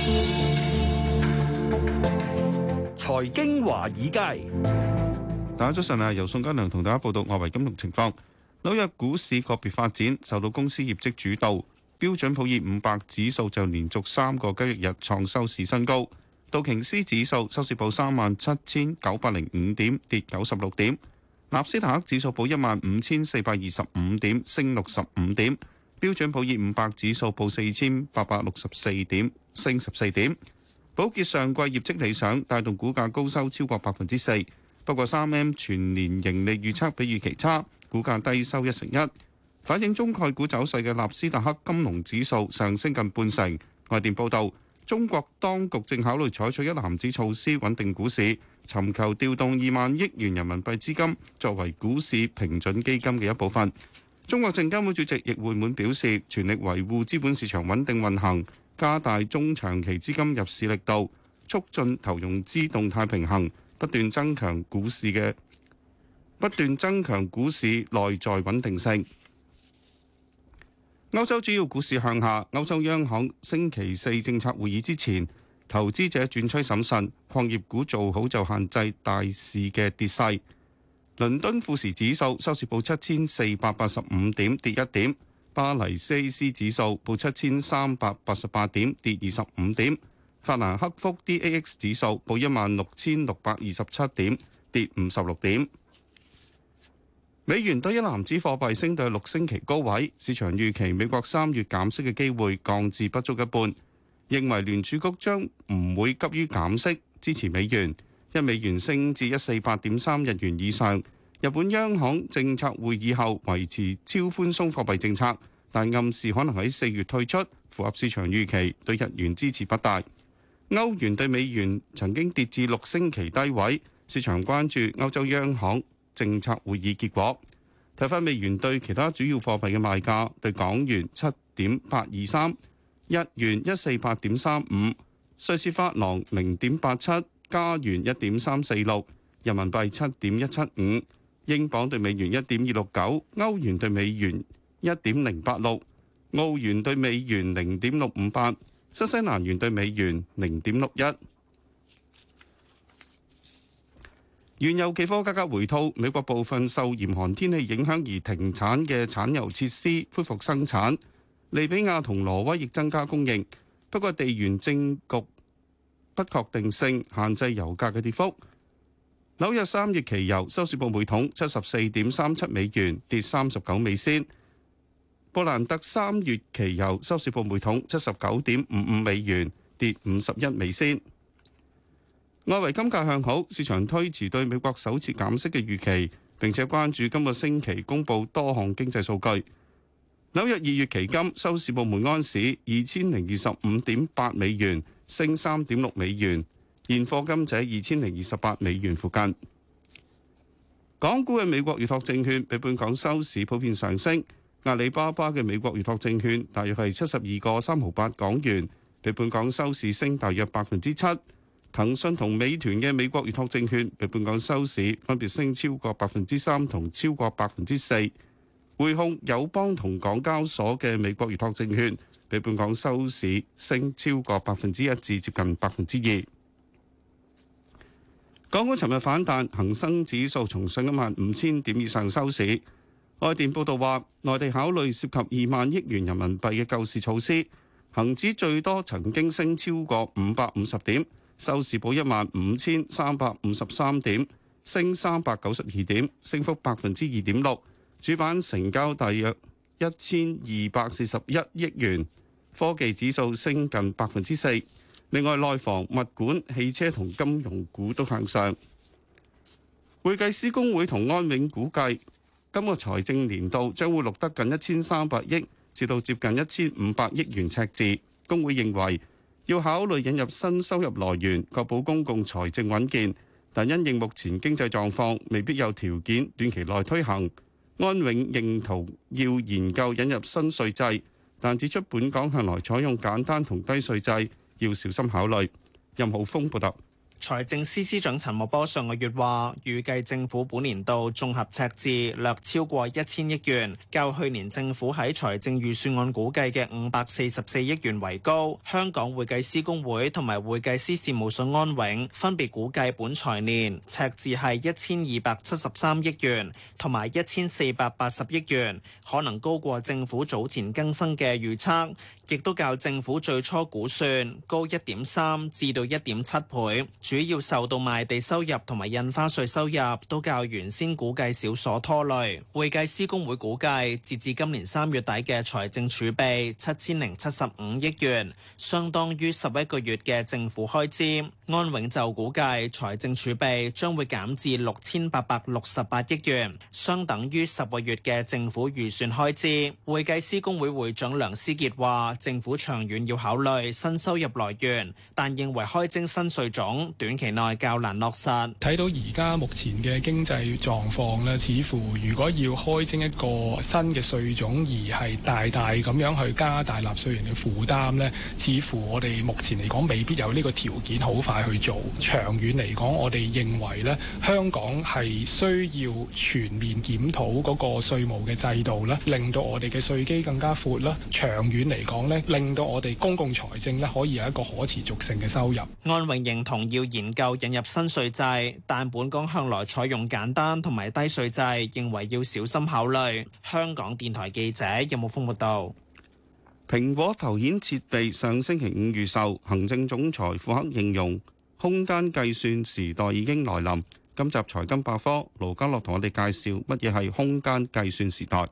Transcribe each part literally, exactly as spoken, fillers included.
財經華爾街， 大家早晨啊！由宋嘉良同大家報道外圍金融情況。紐約股市個別發展，受到公司業績主導。標準普爾五百指數就連續三個交易日創收市新高。道瓊斯指數收市報三萬七千九百零五點，跌九十六點。納斯達克指數報一萬五千四百二十五點，升六十五點。標準普爾五百指數報四千八百六十四點，升十四點。寶潔上季業績理想，帶動股價高收超過百分之四。不過三 M 全年盈利預測比預期差，股價低收一成一。反映中概股走勢嘅納斯達克金龍指數上升近半成。外電報道，中國當局正考慮採取一籃子措施穩定股市，尋求調動二萬億元人民幣資金作為股市平準基金嘅一部分。中國證監會主席易會滿表示，全力維護資本市場穩定運行，加大中長期資金入市力度，促進投融資動態平衡，不斷增強股市嘅不斷增強股市內在穩定性。歐洲主要股市向下，歐洲央行星期四政策會議之前，投資者轉趨審慎，礦業股做好就限制大市嘅跌勢。倫敦富時指數收市報七千四百八十五點，跌一點；巴黎 C A C 指數報七千三百八十八點，跌二十五點；法蘭克福 D A X 指數報一萬六千六百二十七點，跌五十六點。美元對一籃子貨幣升到六星期高位，市場預期美國三月減息嘅機會降至不足一半，認為聯儲局將唔會急於減息，支持美元。一美元升至一四八點三日元以上。日本央行政策會議後維持超寬鬆貨幣政策，但暗示可能喺四月退出，符合市場預期，對日元支持不大。歐元對美元曾經跌至六星期低位，市場關注歐洲央行政策會議結果。睇返美元對其他主要貨幣嘅賣價，對港元七點八二三，日元一四八點三五，瑞士法郎零點八七，加元一點三四六，人民幣七點一七五，英鎊對美元一點二六九，歐元對美元一點零八六，澳元對美元零點六五八，新西蘭元對美元零點六一。原油期貨價格回吐，美國部分受嚴寒天氣影響而停產嘅產油設施恢復生產，利比亞同挪威亦增加供應。不過地緣政局不確定性限制油價嘅跌幅。紐約三月期油收市報每桶七十四點三七美元，跌三十九美仙。布蘭特三月期油收市報每桶七十九點五五美元，跌五十一美仙。外圍金價向好，市場推遲對美國首次減息嘅預期，並且關注今個星期公布多項經濟數據。紐約二月期金收市報每安士二千零二十五點八美元，升三點六美元。現貨金則二千零二十八美元附近。港股嘅美國預託證券比本港收市普遍上升。阿里巴巴嘅美國預託證券大約係七十二個三毫八港元，比本港收市升大約百分之七。騰訊同美團嘅美國預託證券比本港收市分別升超過百分之三同超過百分之四。匯控、友邦同港交所嘅美國預託證券比本港收市升超過百分之一至接近百分之二。港股尋日反彈，恒生指數重上一萬五千點以上收市。外電報道話，內地考慮涉及二萬億元人民幣嘅救市措施，恒指最多曾經升超過五百五十點。收市報一萬五千三百五十三點，升三百九十二點，升幅百分之二點六。主板成交大約一千二百四十一億元。科技指數升近百分之四。另外，內房、物管、汽車同金融股都向上。會計師公會同安永估計，今個財政年度將會錄得近一千三百億至到接近一千五百億元赤字。公會認為，要考慮引入新收入來源，確保公共財政穩健，但因應目前經濟狀況，未必有條件短期內推行。安永認同要研究引入新稅制，但指出本港向來採用簡單同低稅制，要小心考慮。任浩峰報道。 財政司司長陳茂波上個月話，預計政府本年度綜合赤字略超過一千億元，較去年政府喺財政預算案估計嘅五百四十四億元為高。香港會計師公會同埋會計師事務所安永分別估計本財年赤字係一千二百七十三億元同埋一千四百八十億元，可能高過政府早前更新嘅預測，亦都較政府最初估算高一點三至到一點七倍。主要受到賣地收入同埋印花稅收入都較原先估計少所拖累。會計師公會估計，截至今年三月底嘅財政儲備七千零七十五億元，相當於十一個月嘅政府開支。安永就估計財政儲備將會減至六千八百六十八億元，相等於十個月嘅政府預算開支。會計師公會會長梁思傑話，政府長遠要考慮新收入來源，但認為開徵新稅種短期內較難落實。 睇到而家目前嘅經濟狀況咧，似乎如果要開徵一個新嘅稅種，而係大大咁樣去加大納稅人嘅負擔咧，似乎我哋目前嚟講未必有呢個條件好快去做。長遠嚟講，我哋認為咧，香港係需要全面檢討嗰個稅務嘅制度啦，令到我哋嘅稅基更加闊啦。長遠嚟講咧，令到我哋公共財政咧可以有一個可持續性嘅收入。 安永認同要研究引入新稅制，但本港向來採用簡單同埋低稅制，認為要小心考慮。香港電台記者任木峰報道。 蘋果頭顯設備上星期五預售，行政總裁庫克形容空間計算時代已經來臨。今集財金百科，盧家樂同我哋介紹乜嘢係空間計算時代。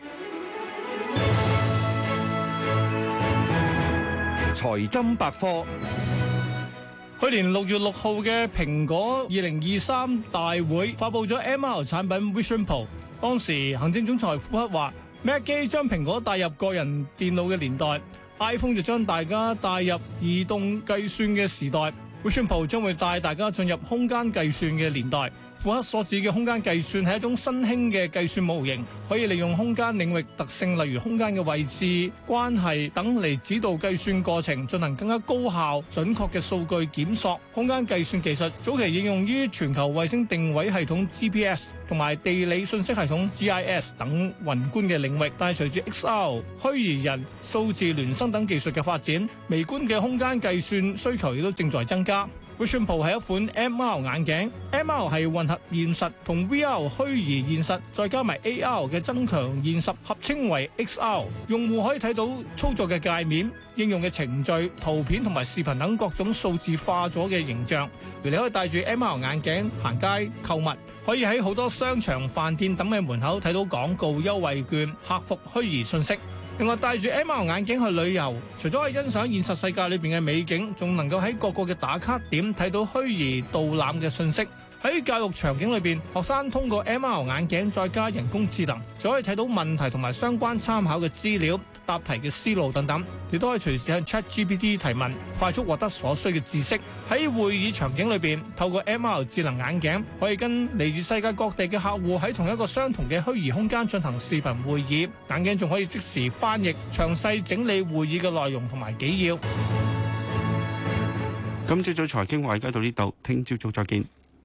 財金百科。 去年六月六號嘅蘋果二零二三大會發佈咗 M R 產品 Vision Pro， 當時行政總裁庫克話 Mac 機將蘋果帶入個人電腦嘅年代， iPhone 就將大家帶入移動計算嘅時代， Vision Pro 將會帶大家進入空間計算嘅年代。庫克所指嘅空間計算係一種新興嘅計算模型，可以利用空間領域特性，例如空間嘅位置、關係等嚟指導計算過程，進行更加高效、準確嘅數據檢索。空間計算技術早期應用於全球衛星定位系統 G P S 同埋地理信息系統 G I S 等宏觀嘅領域，但係隨住 X R、虛擬人、數字孿生等技術嘅發展，微觀嘅空間計算需求亦都正在增加。Vision Pro 係一款 M R 眼鏡 ，M R 係混合現實同 V R 虛擬現實，再加埋 A R 嘅增強現實，合稱為 X R。用戶可以睇到操作嘅界面、應用嘅程序、圖片同埋視頻等各種數字化咗嘅形象。而你可以戴住 M R 眼鏡行街購物，可以喺好多商場、飯店等嘅門口睇到廣告、優惠券、客服虛擬信息。另外戴住 M R 眼鏡去旅遊，除咗可以欣賞現實世界裏邊嘅美景，仲能夠喺各個嘅打卡點睇到虛擬導覽嘅信息。喺教育場景裏邊，學生通過 M R 眼鏡再加人工智能，就可以睇到問題同埋相關參考嘅資料、答題嘅思路等等。你都可以隨時向 ChatGPT 提問，快速獲得所需嘅知識。喺會議場景裏邊，透過 M R 智能眼鏡，可以跟嚟自世界各地嘅客戶喺同一個相同嘅虛擬空間進行視頻會議。眼鏡仲可以即時翻譯、詳細整理會議嘅內容同埋紀要。 今朝早財經話而家到呢度，聽朝早再見。